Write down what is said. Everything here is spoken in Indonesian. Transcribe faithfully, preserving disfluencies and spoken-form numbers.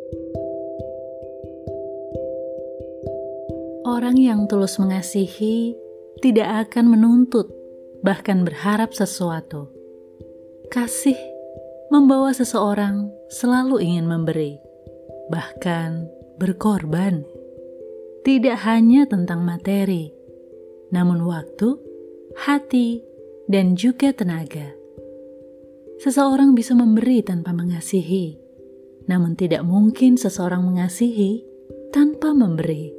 Orang yang tulus mengasihi tidak akan menuntut, bahkan berharap sesuatu. Kasih membawa seseorang selalu ingin memberi, bahkan berkorban. Tidak hanya tentang materi, namun waktu, hati, dan juga tenaga. Seseorang bisa memberi tanpa mengasihi, namun tidak mungkin seseorang mengasihi tanpa memberi.